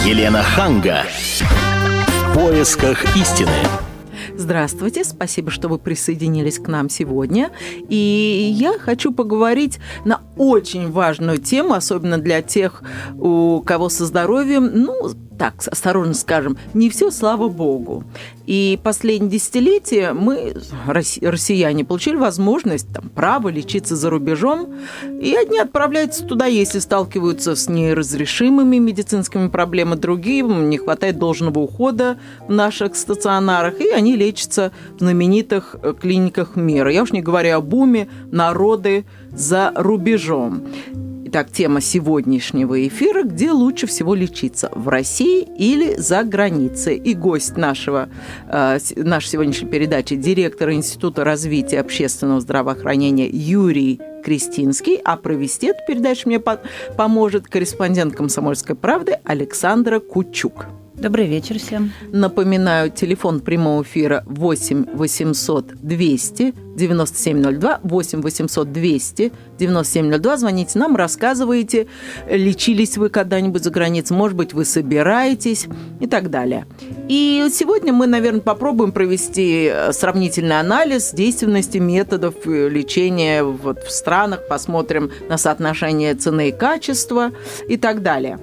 Елена Ханга. В поисках истины. Здравствуйте, спасибо, что вы присоединились к нам сегодня. И я хочу поговорить на очень важную тему, особенно для тех, у кого со здоровьем, так, осторожно скажем, не все, слава богу. И последние десятилетия мы, россияне, получили возможность, право лечиться за рубежом. И одни отправляются туда, если сталкиваются с неразрешимыми медицинскими проблемами, другим не хватает должного ухода в наших стационарах, и они лечатся в знаменитых клиниках мира. Я уж не говорю о буме народы за рубежом. Итак, тема сегодняшнего эфира: где лучше всего лечиться, в России или за границей? И гость нашей сегодняшней передачи — директор Института развития общественного здравоохранения Юрий Крестинский, а провести эту передачу мне поможет корреспондент «Комсомольской правды» Александра Кучук. Добрый вечер всем. Напоминаю, телефон прямого эфира 8 800 200 9702, 8 800 200 9702. Звоните нам, рассказывайте, лечились вы когда-нибудь за границей, может быть, вы собираетесь и так далее. И сегодня мы, наверное, попробуем провести сравнительный анализ действенности методов лечения в странах, посмотрим на соотношение цены и качества и так далее.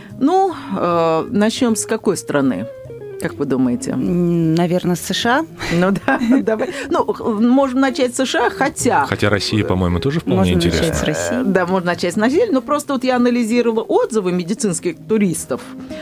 Начнем с какой страны? Как вы думаете? Наверное, с США. Давай. Можем начать с США, хотя Россия, по-моему, тоже вполне интересна. Можно начать с России. Да, можно начать с России, но просто я анализировала отзывы медицинских туристов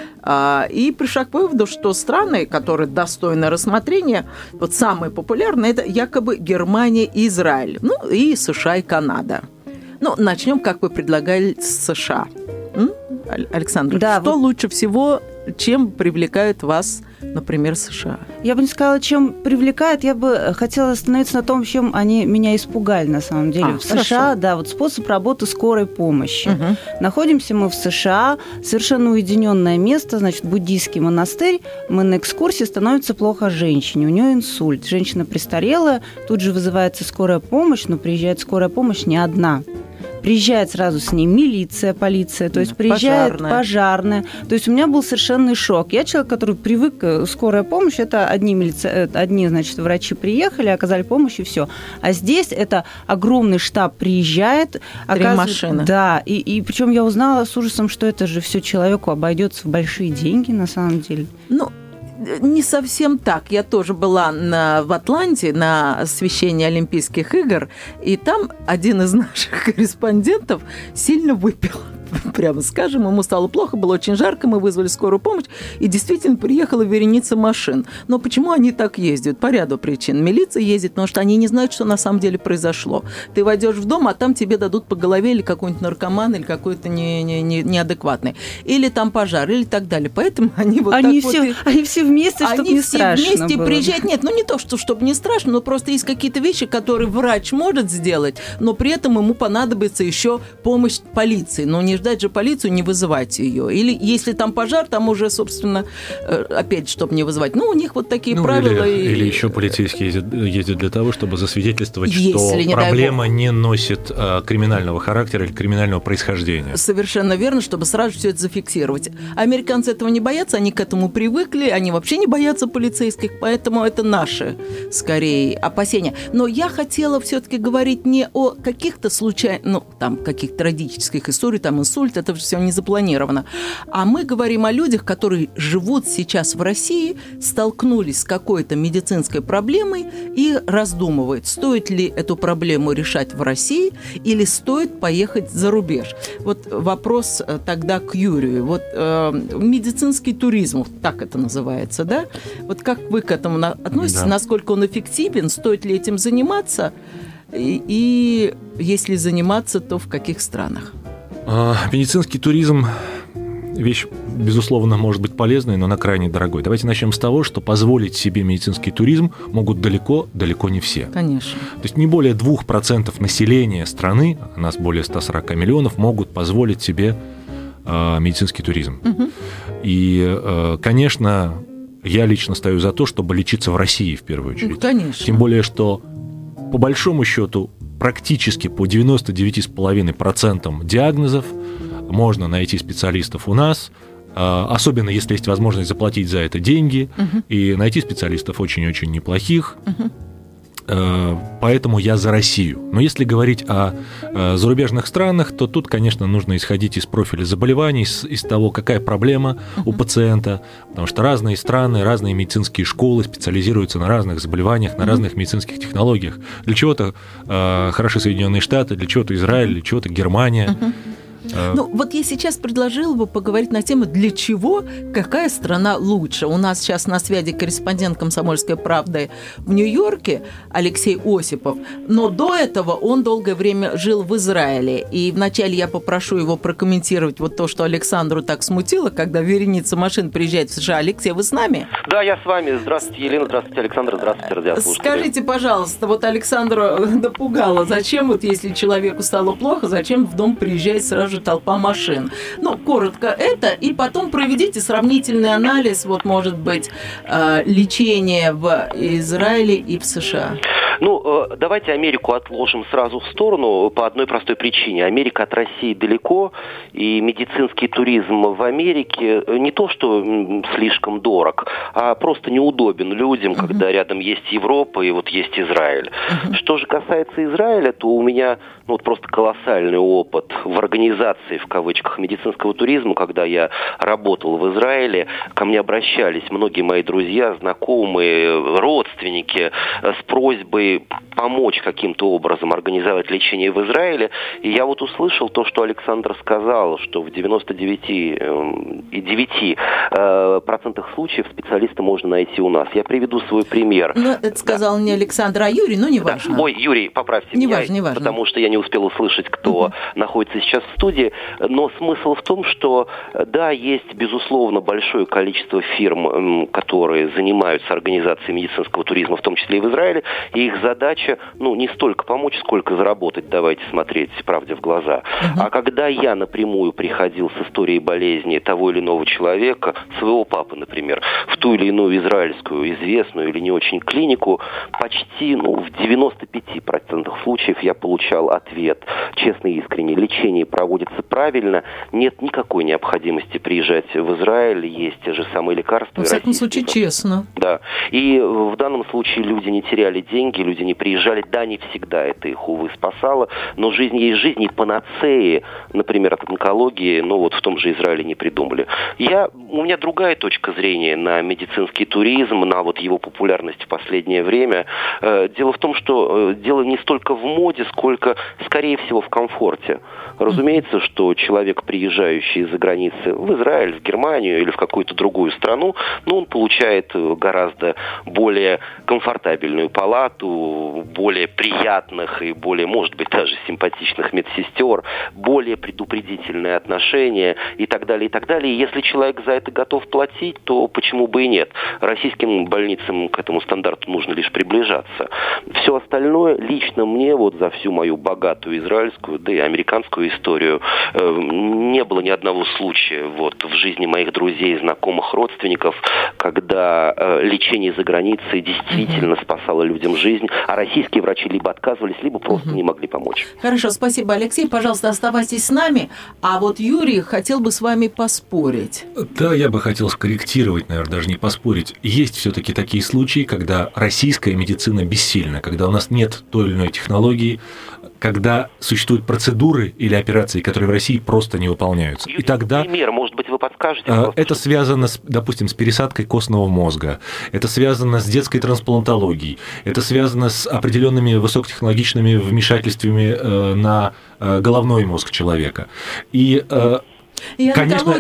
и пришла к выводу, что страны, которые достойны рассмотрения, самые популярные, это якобы Германия и Израиль, и США и Канада. Начнем, как вы предлагали, с США. Александра, что лучше всего, чем привлекает вас, например, США? Я бы не сказала, чем привлекает, я бы хотела остановиться на том, чем они меня испугали на самом деле. В США, способ работы скорой помощи. Угу. Находимся мы в США, совершенно уединенное место, буддийский монастырь. Мы на экскурсии, становится плохо женщине, у нее инсульт. Женщина престарелая, тут же вызывается скорая помощь, но приезжает скорая помощь не одна. Приезжает сразу с ней милиция, полиция, то есть приезжает пожарная. То есть у меня был совершенный шок. Я человек, который привык, скорая помощь, это одни врачи приехали, оказали помощь и все. А здесь это огромный штаб приезжает. 3 машины. Да, и причем я узнала с ужасом, что это же все человеку обойдется в большие деньги на самом деле. Не совсем так. Я тоже была в Атланте на освещении Олимпийских игр, и там один из наших корреспондентов сильно выпил. Прямо скажем, ему стало плохо, было очень жарко, мы вызвали скорую помощь, и действительно приехала вереница машин. Но почему они так ездят? По ряду причин. Милиция ездит, потому что они не знают, что на самом деле произошло. Ты войдешь в дом, а там тебе дадут по голове или какой-нибудь наркоман, или какой-то неадекватный. Или там пожар, или так далее. Поэтому они они все вместе, чтобы не страшно было. Они все вместе приезжают. Нет, не то, чтобы не страшно, но просто есть какие-то вещи, которые врач может сделать, но при этом ему понадобится еще помощь полиции. Но не ждать же полицию, не вызывать ее. Или если там пожар, там уже, собственно, опять, чтобы не вызывать. У них вот такие правила. Или еще полицейские ездят для того, чтобы засвидетельствовать, что проблема не носит криминального характера или криминального происхождения. Совершенно верно, чтобы сразу все это зафиксировать. Американцы этого не боятся, они к этому привыкли, они вообще не боятся полицейских, поэтому это наши, скорее, опасения. Но я хотела все-таки говорить не о каких-то случайных, каких-то трагических историях, инсульт, это все не запланировано. А мы говорим о людях, которые живут сейчас в России, столкнулись с какой-то медицинской проблемой и раздумывают, стоит ли эту проблему решать в России или стоит поехать за рубеж. Вопрос тогда к Юрию. Медицинский туризм, так это называется, да? Как вы к этому относитесь? Да. Насколько он эффективен? Стоит ли этим заниматься? И если заниматься, то в каких странах? Медицинский туризм – вещь, безусловно, может быть полезной, но она крайне дорогой. Давайте начнем с того, что позволить себе медицинский туризм могут далеко не все. Конечно. То есть не более 2% населения страны, а нас более 140 миллионов, могут позволить себе медицинский туризм. Угу. И, конечно, я лично стою за то, чтобы лечиться в России в первую очередь. Конечно. Тем более, что по большому счету практически по 99,5% диагнозов можно найти специалистов у нас, особенно если есть возможность заплатить за это деньги и найти специалистов очень-очень неплохих. Поэтому я за Россию. Но если говорить о зарубежных странах, то тут, конечно, нужно исходить из профиля заболеваний, из того, какая проблема у пациента, потому что разные страны, разные медицинские школы специализируются на разных заболеваниях, на разных медицинских технологиях. Для чего-то хороши Соединенные Штаты, для чего-то Израиль, для чего-то Германия. Ну, вот я сейчас предложила бы поговорить на тему, для чего, какая страна лучше. У нас сейчас на связи корреспондент «Комсомольской правды» в Нью-Йорке Алексей Осипов, но до этого он долгое время жил в Израиле. И вначале я попрошу его прокомментировать вот то, что Александру так смутило, когда вереница машин приезжает в США. Алексей, вы с нами? Да, я с вами. Здравствуйте, Елена, здравствуйте, Александр, здравствуйте, радиослушатели. Скажите, пожалуйста, вот Александра напугала, зачем вот если человеку стало плохо, зачем в дом приезжает сразу же толпа машин? Ну, коротко это, и потом проведите сравнительный анализ, вот, может быть, лечения в Израиле и в США. Ну, давайте Америку отложим сразу в сторону по одной простой причине. Америка от России далеко, и медицинский туризм в Америке не то что слишком дорог, а просто неудобен людям, когда рядом есть Европа и вот есть Израиль. Что же касается Израиля, то у меня вот просто колоссальный опыт в организации, в кавычках, медицинского туризма. Когда я работал в Израиле, ко мне обращались многие мои друзья, знакомые, родственники с просьбой помочь каким-то образом организовать лечение в Израиле. И я вот услышал то, что Александр сказал, что в 99,9% случаев специалиста можно найти у нас. Я приведу свой пример. Ну, это сказал не Александр, а Юрий, но неважно. Да. Ой, Юрий, поправьте меня, потому что я не успел услышать, кто находится сейчас в студии. Но смысл в том, что да, есть, безусловно, большое количество фирм, которые занимаются организацией медицинского туризма, в том числе и в Израиле, и их задача, ну, не столько помочь, сколько заработать, давайте смотреть правде в глаза. А когда я напрямую приходил с историей болезни того или иного человека, своего папы, например, в ту или иную израильскую, известную или не очень клинику, почти, в 95% случаев я получал ответ, честно и искренне, лечение проводится правильно, нет никакой необходимости приезжать в Израиль, есть те же самые лекарства. Во всяком случае, честно. Да. И в данном случае люди не теряли деньги, люди не приезжали, да, не всегда это их, увы, спасало, но жизнь есть жизнь, и панацеи, например, от онкологии, вот в том же Израиле не придумали. У меня другая точка зрения на медицинский туризм, на вот его популярность в последнее время. Дело в том, что дело не столько в моде, сколько, скорее всего, в комфорте. Разумеется, что человек, приезжающий из-за границы в Израиль, в Германию или в какую-то другую страну, он получает гораздо более комфортабельную палату, более приятных и более, может быть, даже симпатичных медсестер, более предупредительные отношения и так далее, и так далее. И если человек за это готов платить, то почему бы и нет? Российским больницам к этому стандарту нужно лишь приближаться. Все остальное лично мне вот за всю мою богатую израильскую, да и американскую историю не было ни одного случая вот в жизни моих друзей, знакомых, родственников, когда лечение за границей действительно спасало людям жизнь, а российские врачи либо отказывались, либо просто не могли помочь. Хорошо, спасибо, Алексей. Пожалуйста, оставайтесь с нами. А вот Юрий хотел бы с вами поспорить. Да, я бы хотел скорректировать, наверное, даже не поспорить. Есть все-таки такие случаи, когда российская медицина бессильна, когда у нас нет той или иной технологии, когда существуют процедуры или операции, которые в России просто не выполняются. И тогда... Пример, может быть, вы подскажете? Это связано, допустим, с пересадкой костного мозга, это связано с детской трансплантологией, это связано с определенными высокотехнологичными вмешательствами на головной мозг человека. И конечно,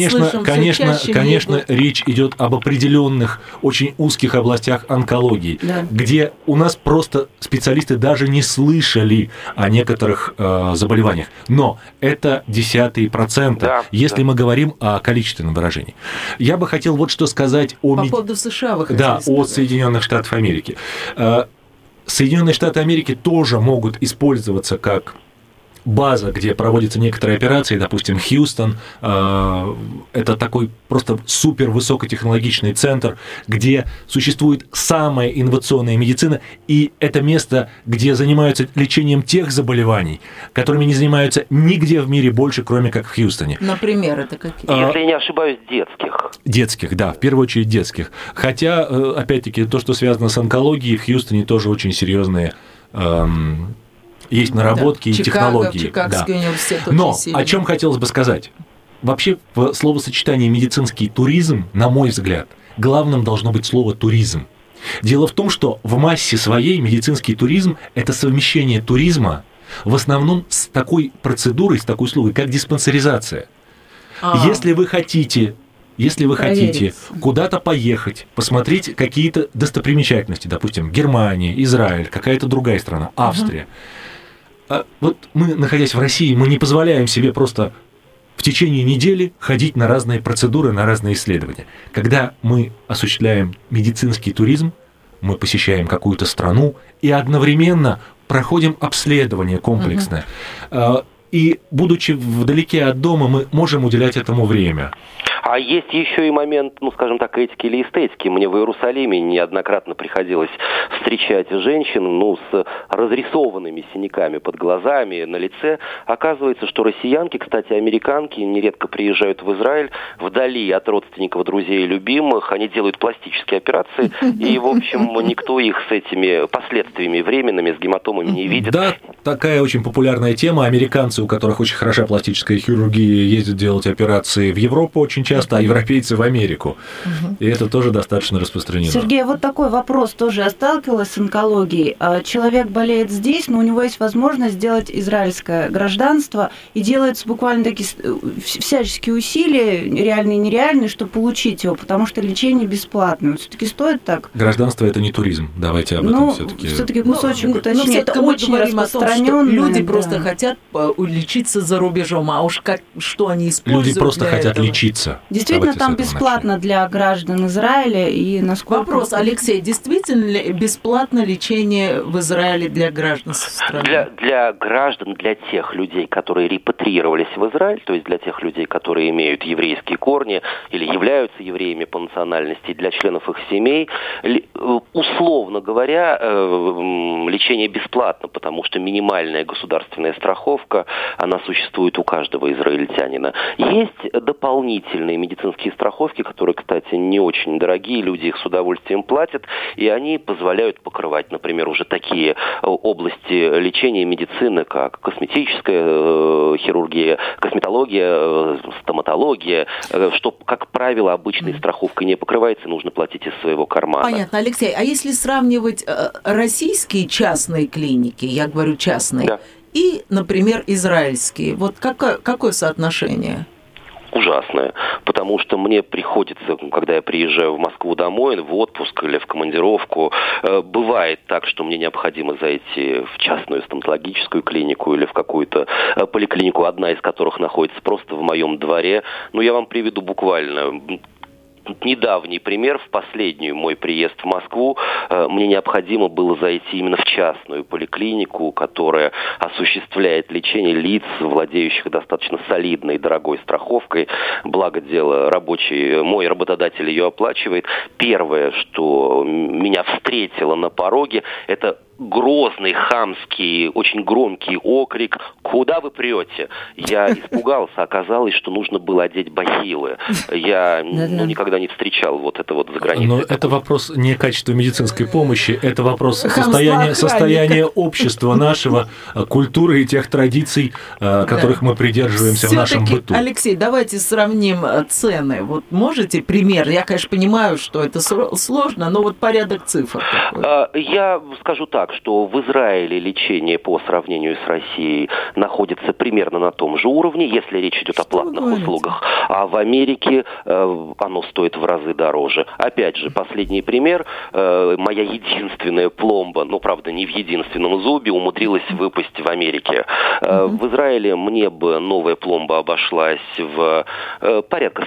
речь идет об определенных очень узких областях онкологии, где у нас просто специалисты даже не слышали о некоторых заболеваниях. Но это 0,1%, если мы говорим о количественном выражении. Я бы хотел вот что сказать о... По поводу США вы хотели сказать. О Соединенных Штатах Америки. Соединенные Штаты Америки тоже могут использоваться как база, где проводятся некоторые операции, допустим, Хьюстон, это такой просто супер высокотехнологичный центр, где существует самая инновационная медицина, и это место, где занимаются лечением тех заболеваний, которыми не занимаются нигде в мире больше, кроме как в Хьюстоне. Например, это какие? Если я не ошибаюсь, детских. Детских, да, в первую очередь детских. Хотя, опять-таки, то, что связано с онкологией, в Хьюстоне тоже очень серьезные есть наработки и технологии. Чикагский университет очень Но сильный. о чем хотелось бы сказать? Вообще, в словосочетании медицинский туризм, на мой взгляд, главным должно быть слово туризм. Дело в том, что в массе своей медицинский туризм – это совмещение туризма в основном с такой процедурой, с такой услугой, как диспансеризация. Если вы хотите куда-то поехать, посмотреть какие-то достопримечательности, допустим, Германия, Израиль, какая-то другая страна, Австрия. Вот мы, находясь в России, мы не позволяем себе просто в течение недели ходить на разные процедуры, на разные исследования. Когда мы осуществляем медицинский туризм, мы посещаем какую-то страну и одновременно проходим обследование комплексное. И, будучи вдалеке от дома, мы можем уделять этому время. А есть еще и момент, скажем так, этики или эстетики. Мне в Иерусалиме неоднократно приходилось встречать женщин, с разрисованными синяками под глазами, на лице. Оказывается, что россиянки, кстати, американки, нередко приезжают в Израиль, вдали от родственников, друзей и любимых, они делают пластические операции, и, в общем, никто их с этими последствиями временными, с гематомами не видит. Да, такая очень популярная тема. Американцы, у которых очень хороша пластическая хирургия, ездят делать операции в Европу очень часто, а европейцы в Америку. И это тоже достаточно распространено. Сергей, вот такой вопрос тоже. Я сталкивалась с онкологией. Человек болеет здесь, но у него есть возможность сделать израильское гражданство, и делаются буквально такие всяческие усилия, реальные и нереальные, чтобы получить его, потому что лечение бесплатное. Все-таки стоит так? Гражданство – это не туризм. Давайте об этом все-таки. Все-таки кусочек уточнить. Это очень распространенно. Люди просто хотят лечиться за рубежом, а уж что они используют. Люди просто хотят лечиться. Действительно, там бесплатно для граждан Израиля, и насколько... Вопрос, Алексей, действительно ли бесплатно лечение в Израиле для граждан страны? Для граждан, для тех людей, которые репатриировались в Израиль, то есть для тех людей, которые имеют еврейские корни или являются евреями по национальности, для членов их семей, условно говоря, лечение бесплатно, потому что минимальная государственная страховка, она существует у каждого израильтянина. Есть дополнительные медицинские страховки, которые, кстати, не очень дорогие, люди их с удовольствием платят, и они позволяют покрывать, например, уже такие области лечения и медицины, как косметическая хирургия, косметология, стоматология, что, как правило, обычной страховкой не покрывается, нужно платить из своего кармана. Понятно, Алексей, а если сравнивать российские частные клиники, я говорю частные, да, и, например, израильские, вот какое соотношение? Ужасное, потому что мне приходится, когда я приезжаю в Москву домой, в отпуск или в командировку, бывает так, что мне необходимо зайти в частную стоматологическую клинику или в какую-то поликлинику, одна из которых находится просто в моем дворе. Я вам приведу буквально недавний пример. В последний мой приезд в Москву мне необходимо было зайти именно в частную поликлинику, которая осуществляет лечение лиц, владеющих достаточно солидной и дорогой страховкой. Благо дело, мой работодатель ее оплачивает. Первое, что меня встретило на пороге, это грозный, хамский, очень громкий окрик: «Куда вы прете?» Я испугался, оказалось, что нужно было одеть бахилы. Я никогда не встречал это за границей. Но это вопрос не качества медицинской помощи, это вопрос состояния общества нашего, культуры и тех традиций, которых мы придерживаемся в нашем быту. Алексей, давайте сравним цены. Вот можете пример? Я, конечно, понимаю, что это сложно, но порядок цифр такой. Я скажу так, что в Израиле лечение по сравнению с Россией находится примерно на том же уровне, если речь идет о платных услугах. А в Америке оно стоит в разы дороже. Опять же, последний пример. Моя единственная пломба, правда, не в единственном зубе, умудрилась выпасть в Америке. В Израиле мне бы новая пломба обошлась в порядка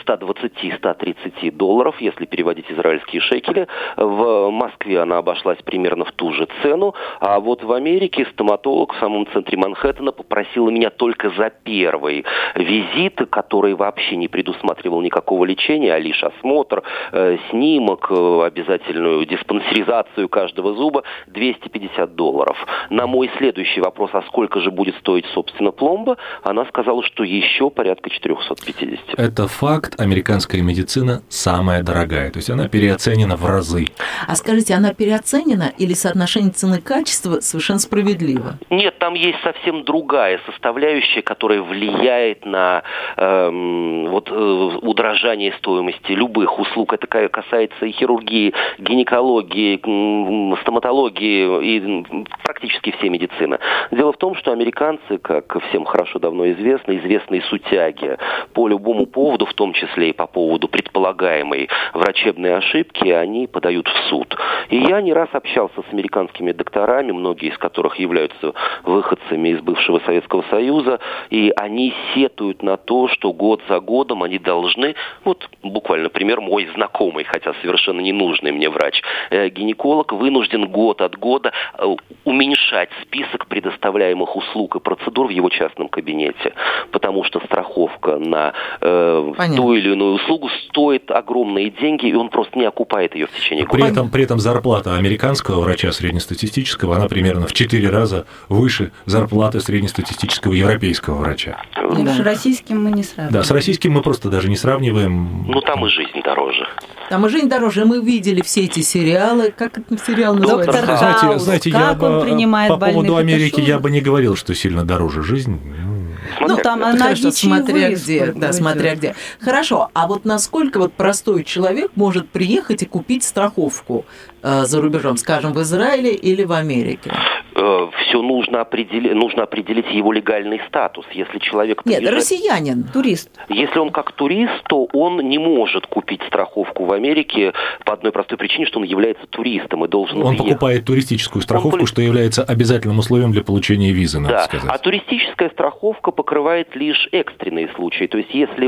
$120-130, если переводить израильские шекели. В Москве она обошлась примерно в ту же цену. Манхэттену, а вот в Америке стоматолог в самом центре Манхэттена попросила меня только за первый визит, который вообще не предусматривал никакого лечения, а лишь осмотр, снимок, обязательную диспансеризацию каждого зуба, $250. На мой следующий вопрос, а сколько же будет стоить, собственно, пломба, она сказала, что еще порядка 450. Это факт. Американская медицина самая дорогая. То есть она переоценена в разы. А скажите, она переоценена или соотношение цены-качества совершенно справедливо? Нет, там есть совсем другая составляющая, которая влияет на удорожание стоимости любых услуг. Это касается и хирургии, гинекологии, стоматологии и практически всей медицины. Дело в том, что американцы, как всем хорошо давно известно, известные сутяги по любому поводу, в том числе и по поводу предполагаемой врачебной ошибки, они подают в суд. И я не раз общался с американскими докторами, многие из которых являются выходцами из бывшего Советского Союза, и они сетуют на то, что год за годом они должны, вот буквально пример, мой знакомый, хотя совершенно ненужный мне врач-гинеколог, вынужден год от года уменьшать список предоставляемых услуг и процедур в его частном кабинете, потому что страховка на ту или иную услугу стоит огромные деньги, и он просто не окупает ее в течение года. При этом зарплата американского врача среднестатистического, она примерно в 4 раза выше зарплаты среднестатистического европейского врача. С российским мы не сравниваем. Да, с российским мы просто даже не сравниваем. Ну, там и жизнь дороже. Там и жизнь дороже. Мы видели все эти сериалы. Как этот сериал называется? Доктор Хаус. Знаете, как он принимает по поводу больных, Америки я бы не говорил, что сильно дороже жизнь. Ну, там она хорошо, смотря где. Да, смотря где. Хорошо, а вот насколько вот простой человек может приехать и купить страховку за рубежом, скажем, в Израиле или в Америке? Все нужно определить его легальный статус. Если человек приезжает... Нет, россиянин. Турист. Если он как турист, то он не может купить страховку в Америке по одной простой причине, что он является туристом и должен Он въехать. покупает туристическую страховку, что является обязательным условием для получения визы, надо сказать. А туристическая страховка покрывает лишь экстренные случаи. То есть, если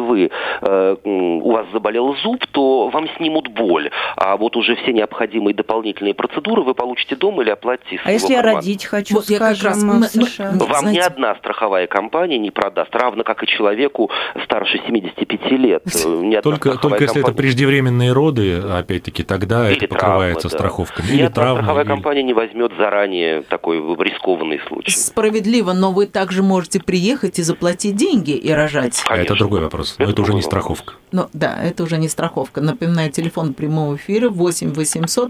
у вас заболел зуб, то вам снимут боль. А вот уже все необходимые дополнительные процедуры вы получите дома или оплатите из своего если я кармана. родить хочу, вот скажем, в США? Вам ни одна страховая компания не продаст, равно как и человеку старше 75 лет. Только если это преждевременные роды, опять-таки, тогда или это покрывается страховкой. Или травма. Страховая компания не возьмет заранее такой рискованный случай. Справедливо, но вы также можете приехать и заплатить деньги и рожать. Конечно. Это другой вопрос. Но это уже не страховка. Ну да, это уже не страховка. Напоминаю, телефон прямого эфира 8 800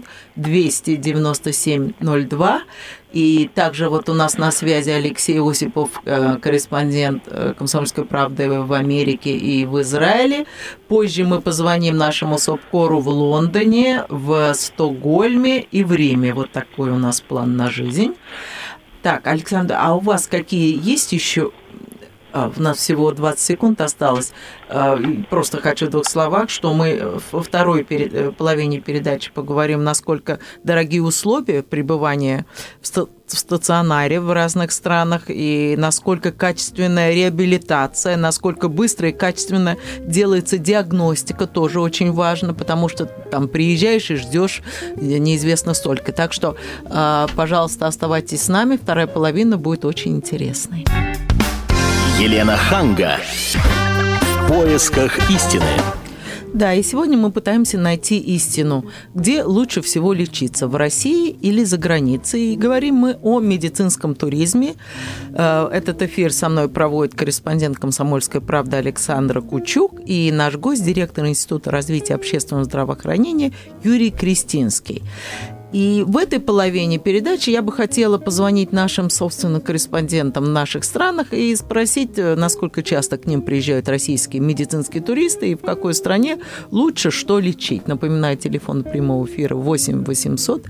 297 02. И также вот у нас на связи Алексей Осипов, корреспондент «Комсомольской правды» в Америке и в Израиле. Позже мы позвоним нашему СОПКОРу в Лондоне, в Стокгольме и в Риме. Вот такой у нас план на жизнь. Так, Александр, а у вас какие есть еще... У нас всего 20 секунд осталось. Просто хочу в 2 словах, что мы во второй половине передачи поговорим, насколько дорогие условия пребывания в стационаре в разных странах и насколько качественная реабилитация, насколько быстро и качественно делается диагностика, тоже очень важно, потому что там приезжаешь и ждешь неизвестно столько. Так что, пожалуйста, оставайтесь с нами, вторая половина будет очень интересной. Елена Ханга. В поисках истины. Да, и сегодня мы пытаемся найти истину, где лучше всего лечиться, в России или за границей. И говорим мы о медицинском туризме. Этот эфир со мной проводит корреспондент «Комсомольской правды» Александра Кучук и наш гость, директор Института развития общественного здравоохранения Юрий Крестинский. И в этой половине передачи я бы хотела позвонить нашим собственным корреспондентам в наших странах и спросить, насколько часто к ним приезжают российские медицинские туристы и в какой стране лучше что лечить. Напоминаю, телефон прямого эфира 8 800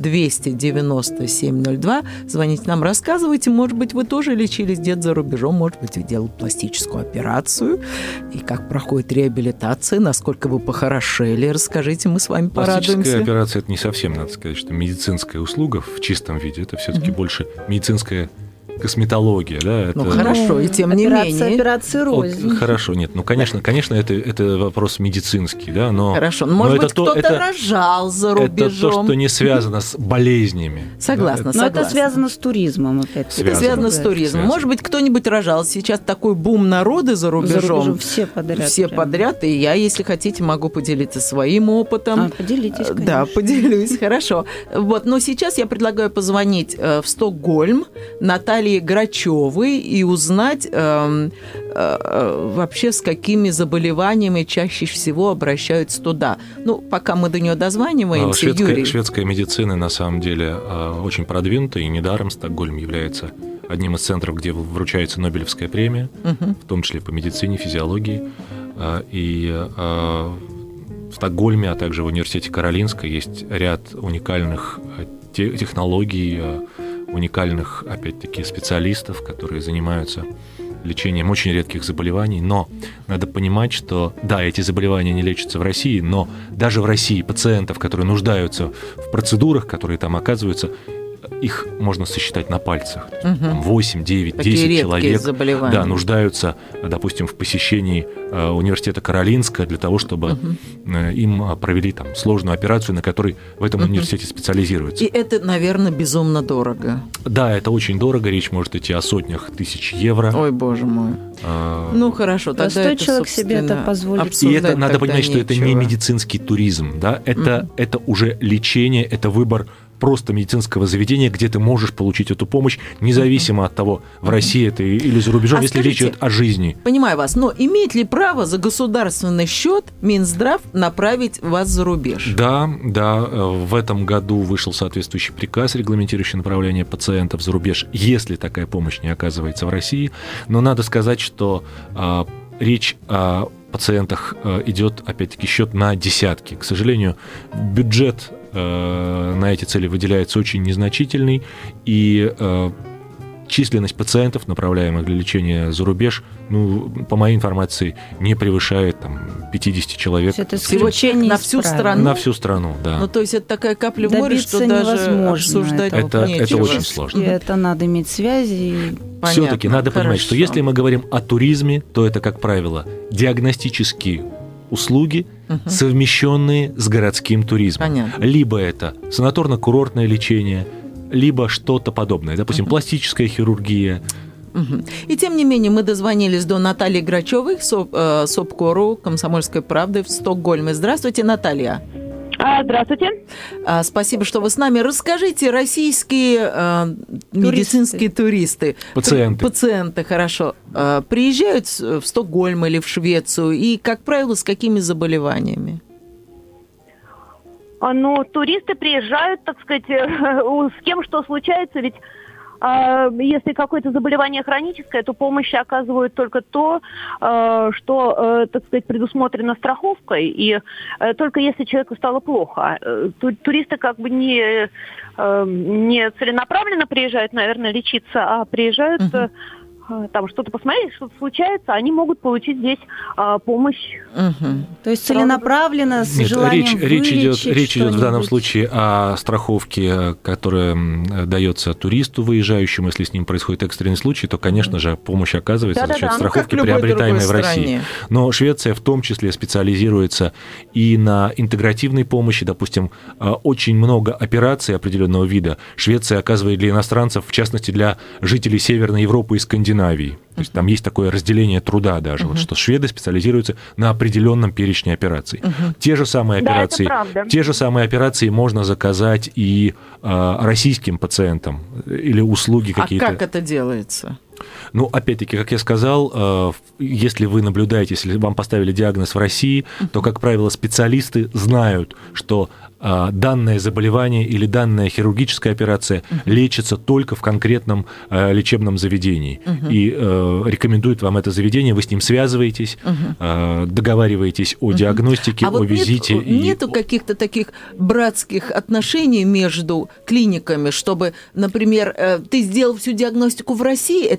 297 02. Звоните нам, рассказывайте. Может быть, вы тоже лечились где-то за рубежом, может быть, вы делали пластическую операцию. И как проходит реабилитация, насколько вы похорошели. Расскажите, мы с вами порадуемся. Пластическая операция – это не совсем, надо сказать, что медицинская услуга в чистом виде, это все-таки больше медицинская косметология, да, это... хорошо, и тем не менее. Операция рознь. Хорошо, нет, конечно, это вопрос медицинский, да, но... Хорошо, может быть, кто-то рожал за рубежом. Это то, что не связано с болезнями. Согласна, Но это связано с туризмом, опять. Это связано с туризмом. Может быть, кто-нибудь рожал. Сейчас такой бум народа за рубежом. Все подряд. Все подряд, и я, если хотите, могу поделиться своим опытом. Поделитесь, конечно. Да, поделюсь, хорошо. Вот, но сейчас я предлагаю позвонить в Стокгольм Наталье Грачевой и узнать вообще, с какими заболеваниями чаще всего обращаются туда. Ну, пока мы до нее дозваниваемся, Юрий. Шведская медицина, на самом деле, очень продвинута, и недаром Стокгольм является одним из центров, где вручается Нобелевская премия, в том числе по медицине, физиологии. И в Стокгольме, а также в университете Каролинска есть ряд уникальных технологий, уникальных, опять-таки, специалистов, которые занимаются лечением очень редких заболеваний. Но надо понимать, что, да, эти заболевания не лечатся в России, но даже в России пациентов, которые нуждаются в процедурах, которые там оказываются, их можно сосчитать на пальцах. 8, 9, 10 человек нуждаются, допустим, в посещении университета Каролинска для того, чтобы им провели там сложную операцию, на которой в этом университете специализируются. И это, наверное, безумно дорого. Да, это очень дорого, речь может идти о сотнях тысяч евро. Ой, боже мой. Ну, хорошо, тогда стоит это, человек себе это позволить. И это надо понимать, что это не медицинский туризм, да? Это уже лечение, это выбор просто медицинского заведения, где ты можешь получить эту помощь, независимо от того, в России это или за рубежом, если речь идет о жизни. Понимаю вас, но имеет ли право за государственный счет Минздрав направить вас за рубеж? Да, в этом году вышел соответствующий приказ, регламентирующий направление пациентов за рубеж, если такая помощь не оказывается в России. Но надо сказать, что речь о пациентах идет, опять-таки, счет на десятки. К сожалению, бюджет на эти цели выделяется очень незначительный, и численность пациентов, направляемых для лечения за рубеж, по моей информации, не превышает 50 человек. Это исключение на всю страну? На всю страну, да. Ну, то есть это такая капля в море, что даже обсуждать это нечего. очень сложно. Это надо иметь связи. Все-таки надо понимать, что если мы говорим о туризме, то это, как правило, диагностические услуги, совмещенные с городским туризмом. Понятно. Либо это санаторно-курортное лечение, либо что-то подобное. Допустим, пластическая хирургия. И тем не менее мы дозвонились до Натальи Грачевой, СОПКОРу «Комсомольской правды» в Стокгольме. Здравствуйте, Наталья. Здравствуйте. Спасибо, что вы с нами. Расскажите, российские медицинские туристы, пациенты, хорошо, приезжают в Стокгольм или в Швецию, и, как правило, с какими заболеваниями? Туристы приезжают, так сказать, с кем что случается, ведь если какое-то заболевание хроническое, то помощь оказывают только то, что, так сказать, предусмотрено страховкой, и только если человеку стало плохо. Туристы как бы не целенаправленно приезжают, наверное, лечиться, а приезжают там что-то посмотреть, что-то случается, они могут получить здесь помощь. То есть целенаправленно, с желанием вылечить. Речь идет в данном случае о страховке, которая дается туристу выезжающему. Если с ним происходит экстренный случай, то, конечно же, помощь оказывается за счет страховки, приобретаемой в России. Но Швеция в том числе специализируется и на интегративной помощи. Допустим, очень много операций определенного вида Швеция оказывает для иностранцев, в частности, для жителей Северной Европы и Скандинавии. То есть там есть такое разделение труда даже, вот, что шведы специализируются на определенном перечне операций. Те же самые операции можно заказать и российским пациентам или услуги какие-то. А как это делается? Опять-таки, как я сказал, если вы наблюдаете, если вам поставили диагноз в России, то, как правило, специалисты знают, что данное заболевание или данная хирургическая операция лечится только в конкретном лечебном заведении. И рекомендуют вам это заведение, вы с ним связываетесь, договариваетесь о диагностике, о визите. Нету каких-то таких братских отношений между клиниками, чтобы, например, ты сделал всю диагностику в России, это дешевле,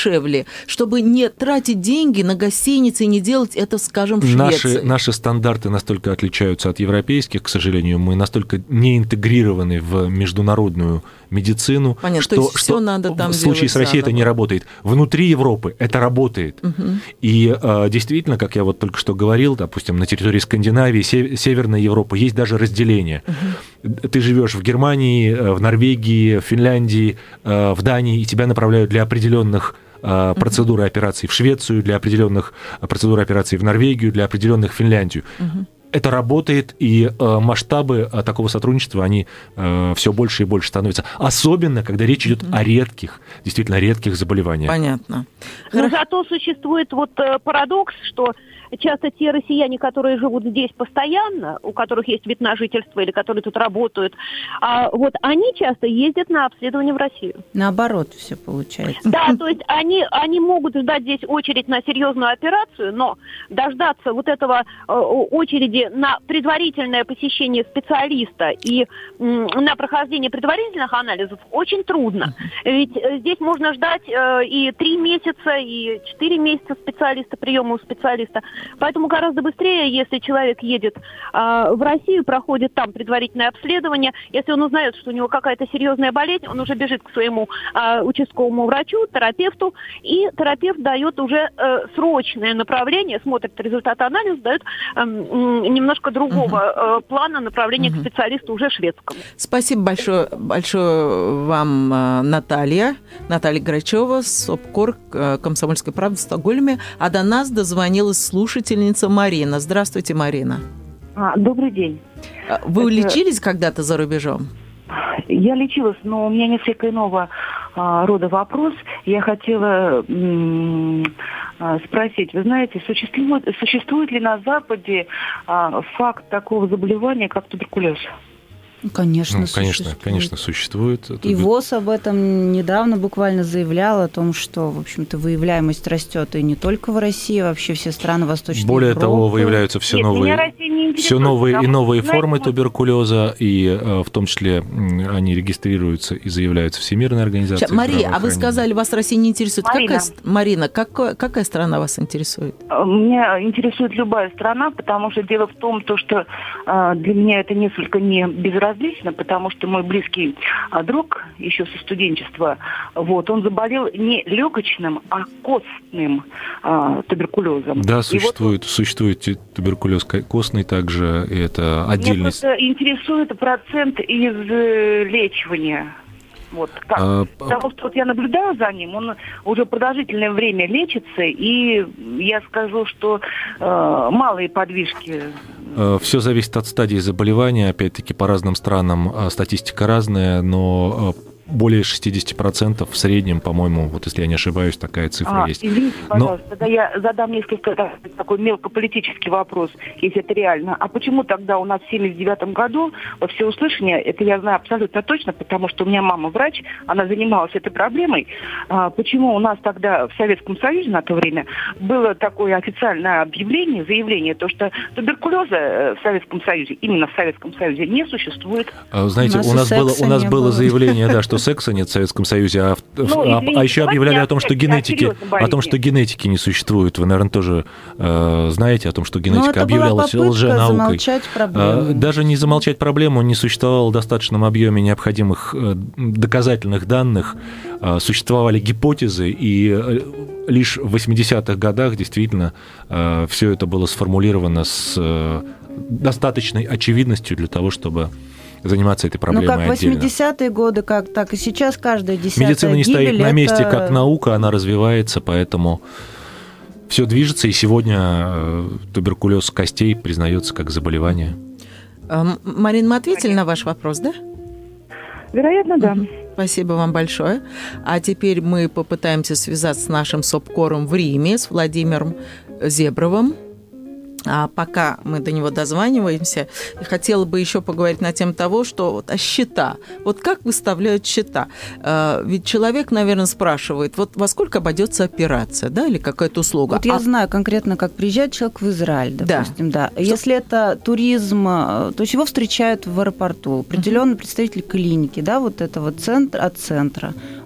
дешевле, чтобы не тратить деньги на гостиницы и не делать это, скажем, в Швеции? Наши стандарты настолько отличаются от европейских, к сожалению, мы настолько не интегрированы в международную медицину, Понятно, что все надо там в случае с Россией это не работает. Внутри Европы это работает. И действительно, как я вот только что говорил, допустим, на территории Скандинавии, Северной Европы есть даже разделение. Ты живешь в Германии, в Норвегии, в Финляндии, в Дании, и тебя направляют для определенных процедур и операций в Швецию, для определенных процедур и операций в Норвегию, для определенных в Финляндию. Это работает, и масштабы такого сотрудничества, они все больше и больше становятся. Особенно, когда речь идет о редких, действительно редких заболеваниях. Понятно. Но зато существует вот парадокс, что часто те россияне, которые живут здесь постоянно, у которых есть вид на жительство или которые тут работают, вот они часто ездят на обследование в Россию. Наоборот все получается. Да, то есть они могут ждать здесь очередь на серьезную операцию, но дождаться вот этого очереди на предварительное посещение специалиста и на прохождение предварительных анализов очень трудно. Ведь здесь можно ждать и 3 месяца, и 4 месяца приема у специалиста. Поэтому гораздо быстрее, если человек едет в Россию, проходит там предварительное обследование, если он узнает, что у него какая-то серьезная болезнь, он уже бежит к своему участковому врачу, терапевту, и терапевт дает уже срочное направление, смотрит результаты анализа, дает немножко другого плана направления к специалисту уже шведскому. Спасибо большое вам, Наталья Грачева, СОПКОР «Комсомольской правды» в Стокгольме. А до нас дозвонилась слушательница Марина. Здравствуйте, Марина. Добрый день. Вы лечились когда-то за рубежом? Я лечилась, но у меня несколько иного рода вопрос. Я хотела спросить, вы знаете, существует ли на Западе факт такого заболевания, как туберкулез? Конечно, существует. И ВОЗ об этом недавно буквально заявлял, о том, что, в общем-то, выявляемость растет и не только в России, вообще все страны Восточной Европы. Более того, выявляются все новые и новые формы туберкулеза, и в том числе они регистрируются и заявляются Всемирной организацией здравоохранения. Мария, а вы сказали, вас Россия не интересует. Марина, какая страна вас интересует? Меня интересует любая страна, потому что дело в том, что для меня это несколько не безразлично, потому что мой близкий друг еще со студенчества, он заболел не легочным, а костным туберкулезом. Да, существует туберкулез костный также, и это отдельность. Меня просто интересует процент излечивания. Потому что я наблюдаю за ним, он уже продолжительное время лечится, и я скажу, что малые подвижки. Все зависит от стадии заболевания, опять-таки по разным странам статистика разная, но более 60% в среднем, по-моему, если я не ошибаюсь, такая цифра есть. Извините, пожалуйста, тогда я задам несколько такой мелкополитический вопрос, если это реально. А почему тогда у нас в 1979 году во всеуслышание, это я знаю абсолютно точно, потому что у меня мама врач, она занималась этой проблемой, почему у нас тогда в Советском Союзе на то время было такое официальное заявление, то, что туберкулеза в Советском Союзе, именно в Советском Союзе, не существует. Знаете, у нас было заявление, да, что секса нет в Советском Союзе, а еще объявляли о том, что генетики не существует. Вы, наверное, тоже знаете о том, что генетика объявлялась лженаукой. Даже не замолчать проблему, не существовало в достаточном объеме необходимых доказательных данных, существовали гипотезы, и лишь в 80-х годах действительно все это было сформулировано с достаточной очевидностью для того, чтобы заниматься этой проблемой отдельно. Как в 80-е годы, так и сейчас каждая 10-я медицина не стоит на месте, это... как наука, она развивается, поэтому все движется, и сегодня туберкулез костей признается как заболевание. Марина, мы ответили на ваш вопрос, да? Вероятно, да. Спасибо вам большое. А теперь мы попытаемся связаться с нашим СОПКОРом в Риме, с Владимиром Зебровым. А пока мы до него дозваниваемся, хотела бы еще поговорить на тему того, что счета. Как выставляют счета? Ведь человек, наверное, спрашивает, во сколько обойдется операция, да, или какая-то услуга. Я знаю конкретно, как приезжает человек в Израиль, допустим, да. Если это туризм, то есть его встречают в аэропорту, определенный представитель клиники, да, этого центра, от центра.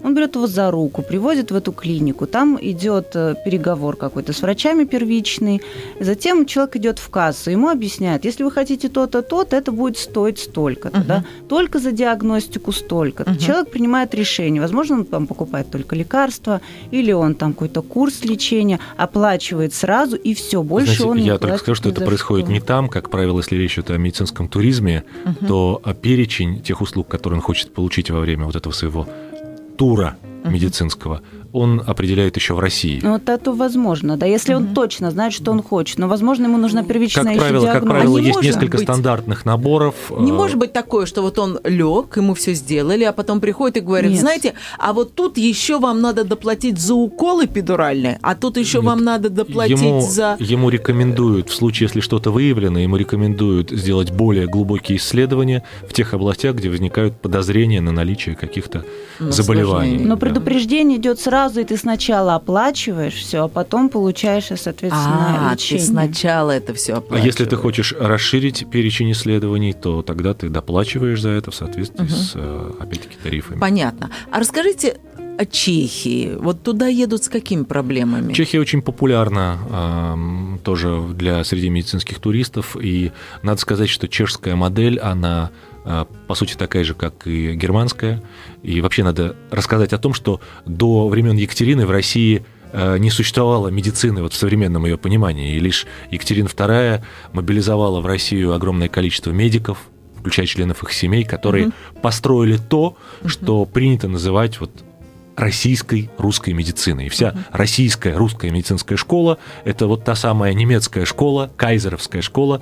Он берет его за руку, приводит в эту клинику, там идет переговор какой-то с врачами первичный, затем человек идет в кассу, ему объясняют, если вы хотите то-то, то-то, это будет стоить столько-то, да? Только за диагностику столько-то. Человек принимает решение, возможно, он там покупает только лекарства, или он там какой-то курс лечения, оплачивает сразу, и все, больше знаете, он не я платит. только скажу, что это происходит не там, как правило, если речь идет о медицинском туризме, то перечень тех услуг, которые он хочет получить во время вот этого своего тура медицинского, он определяет еще в России. Ну, вот это возможно, да, если он точно знает, что он хочет. Но, возможно, ему нужна первичная Как правило, есть может несколько быть стандартных наборов. Не может быть такое, что вот он лег, ему все сделали, а потом приходит и говорит, Нет. знаете, а вот тут еще вам надо доплатить за укол эпидуральный, а тут еще вам надо доплатить за... Ему рекомендуют, в случае, если что-то выявлено, ему рекомендуют сделать более глубокие исследования в тех областях, где возникают подозрения на наличие каких-то заболеваний. Но предупреждение идет сразу, и ты сначала оплачиваешь все, а потом получаешь, соответственно, лечение. Ты сначала это все А оплачиваешь. если ты хочешь расширить перечень исследований, то тогда ты доплачиваешь за это в соответствии с, опять-таки, тарифами. Понятно. А расскажите о Чехии. Вот туда едут с какими проблемами? Чехия очень популярна тоже среди медицинских туристов, и надо сказать, что чешская модель, она по сути такая же, как и германская. И вообще надо рассказать о том, что до времен Екатерины в России не существовало медицины вот в современном ее понимании, и лишь Екатерина II мобилизовала в Россию огромное количество медиков, включая членов их семей, которые построили то, что принято называть вот российской русской медициной. И вся российская русская медицинская школа – это вот та самая немецкая школа, кайзеровская школа,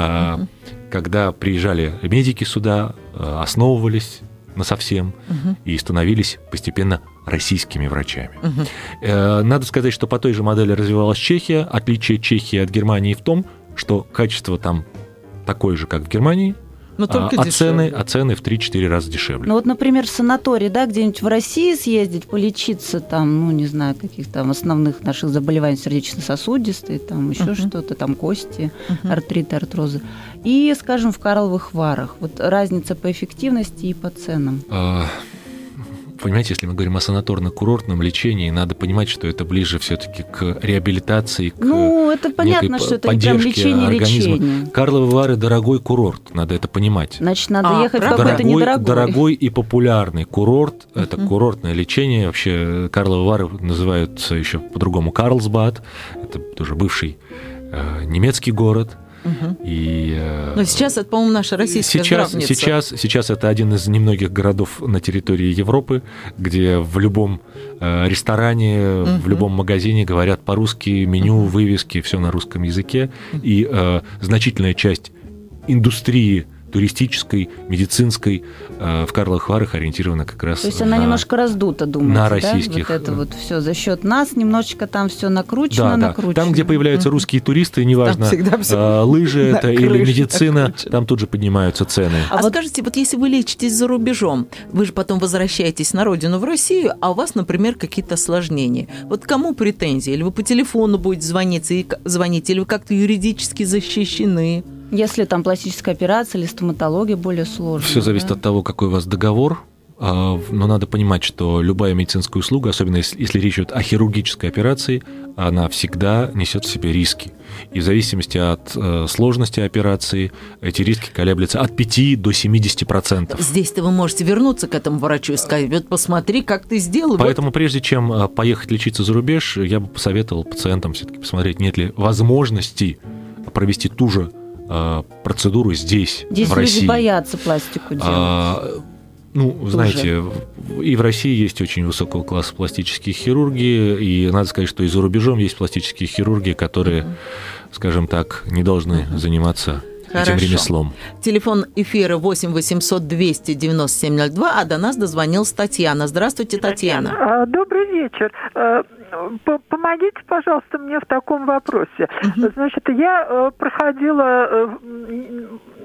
когда приезжали медики сюда, основывались насовсем и становились постепенно российскими врачами. Надо сказать, что по той же модели развивалась Чехия. Отличие Чехии от Германии в том, что качество там такое же, как в Германии, Но только а дешевле. цены в 3-4 раза дешевле. Ну вот, например, санаторий, да, где-нибудь в России съездить, полечиться там, ну, не знаю, каких-то там основных наших заболеваний сердечно-сосудистые, там еще что-то, там кости, артриты, артрозы. И, скажем, в Карловых Варах. Вот разница по эффективности и по ценам. Понимаете, если мы говорим о санаторно-курортном лечении, надо понимать, что это ближе все-таки к реабилитации, к Ну, это понятно, что это не прям лечение. Карловы Вары – дорогой курорт, надо это понимать. Значит, надо ехать в какой-то Дорогой, недорогой. дорогой и популярный курорт. Это курортное лечение. Вообще Карловы Вары называются еще по-другому Карлсбад. Это тоже бывший немецкий город. Но сейчас это, по-моему, наша российская здравница. Сейчас это один из немногих городов на территории Европы, где в любом ресторане, в любом магазине говорят по-русски, меню, вывески, все на русском языке. И значительная часть индустрии туристической, медицинской в Карловых Варах ориентирована как раз. То есть она немножко раздута, думаете, на да? российских. Вот это вот все за счет нас, немножечко там все накручено, накручено. Там, где появляются русские туристы, неважно, лыжи это или медицина, накручено. Там тут же поднимаются цены. А вот скажите, вот если вы лечитесь за рубежом, вы же потом возвращаетесь на родину, в Россию, а у вас, например, какие-то осложнения. Вот кому претензии? Или вы по телефону будете звонить, или вы как-то юридически защищены? Если там пластическая операция или стоматология более сложная. Все зависит от того, какой у вас договор. Но надо понимать, что любая медицинская услуга, особенно если речь идет о хирургической операции, она всегда несет в себе риски. И в зависимости от сложности операции эти риски колеблются от 5 до 70%. Здесь-то вы можете вернуться к этому врачу и сказать, вот посмотри, как ты сделал. Поэтому прежде чем поехать лечиться за рубеж, я бы посоветовал пациентам все-таки посмотреть, нет ли возможности провести ту же процедуру здесь, в России. Люди боятся пластику делать. Знаете, и в России есть очень высокого класса пластические хирурги, и надо сказать, что и за рубежом есть пластические хирурги, которые, скажем так, не должны заниматься этим ремеслом. Телефон эфира 8 800 297 02, а до нас дозвонилась Татьяна. Здравствуйте, Татьяна. Добрый вечер. Помогите, пожалуйста, мне в таком вопросе. Значит, я проходила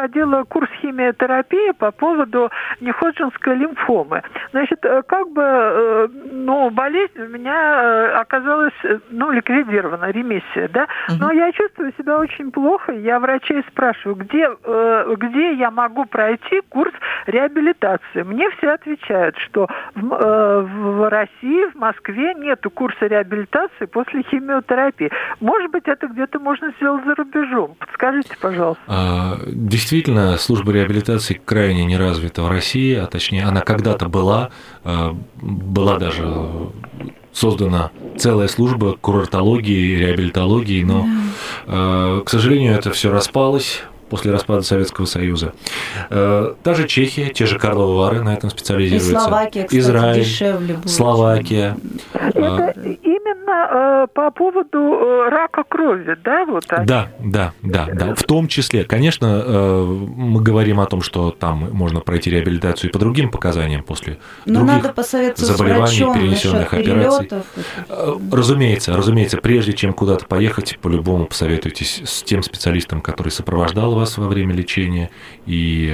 проходила курс химиотерапии по поводу неходжинской лимфомы. Значит, как бы, болезнь у меня оказалась, ликвидирована, ремиссия, да? Но я чувствую себя очень плохо. Я врачей спрашиваю, где я могу пройти курс реабилитации. Мне все отвечают, что в России, в Москве нету курса реабилитации после химиотерапии. Может быть, это где-то можно сделать за рубежом. Подскажите, пожалуйста. Действительно, служба реабилитации крайне не развита в России, а точнее, она когда-то была даже создана целая служба курортологии, реабилитологии, но, к сожалению, это все распалось после распада Советского Союза. Та же Чехия, те же Карловы Вары на этом специализируются. И Словакия, кстати, Израиль, дешевле будет. Словакия. Это именно по поводу рака крови, да? Вот они? Да. В том числе, конечно, мы говорим о том, что там можно пройти реабилитацию и по другим показаниям после других заболеваний, перенесенных операций. Разумеется, прежде чем куда-то поехать, по-любому посоветуйтесь с тем специалистом, который сопровождал вас во время лечения, и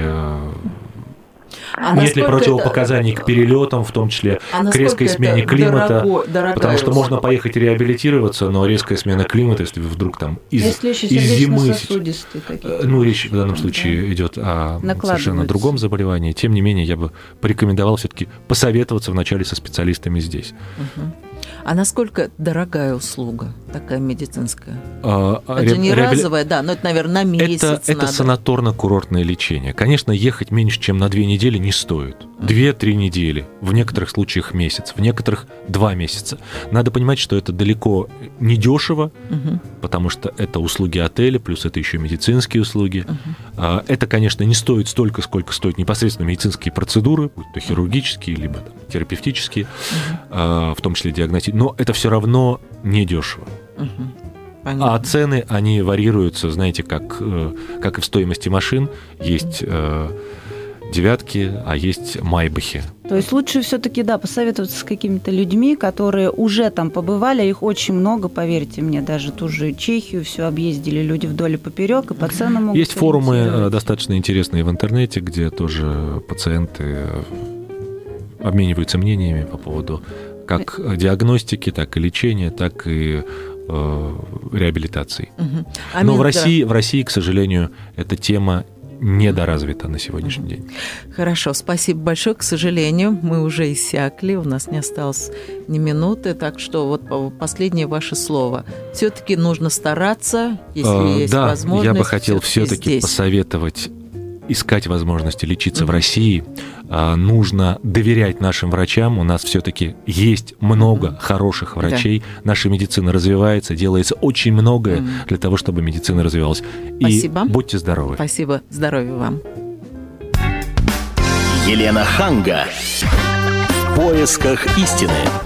нет ли противопоказаний к перелетам, в том числе к резкой смене климата, потому что можно поехать реабилитироваться, но резкая смена климата, если вы вдруг там из зимы, речь в данном случае идет о совершенно другом заболевании, тем не менее я бы порекомендовал все-таки посоветоваться вначале со специалистами здесь. А насколько дорогая услуга такая медицинская? Это же не разовая, да, но это, наверное, на месяц. Это санаторно-курортное лечение. Конечно, ехать меньше, чем на 2 недели не стоит. 2-3 недели, в некоторых случаях месяц, в некоторых 2 месяца. Надо понимать, что это далеко не дешево, потому что это услуги отеля, плюс это еще медицинские услуги. Это, конечно, не стоит столько, сколько стоят непосредственно медицинские процедуры, будь то хирургические, либо терапевтические, в том числе диагностические, но это все равно недешево. А цены, они варьируются, знаете, как и в стоимости машин. Есть девятки, а есть майбахи. То есть лучше все-таки, посоветоваться с какими-то людьми, которые уже там побывали, их очень много, поверьте мне, даже ту же Чехию все объездили люди вдоль и поперек, и по ценам могут. Есть форумы достаточно интересные в интернете, где тоже пациенты обмениваются мнениями по поводу как диагностики, так и лечения, так и реабилитации. Но в России, к сожалению, эта тема недоразвита на сегодняшний день. Хорошо, спасибо большое. К сожалению, мы уже иссякли, у нас не осталось ни минуты, так что вот последнее ваше слово. Все-таки нужно стараться, если есть возможность. Я бы хотел все-таки посоветовать искать возможности лечиться в России. Нужно доверять нашим врачам. У нас все-таки есть много хороших врачей. Наша медицина развивается, делается очень многое для того, чтобы медицина развивалась. Спасибо. И будьте здоровы. Спасибо. Здоровья вам. Елена Ханга. В поисках истины.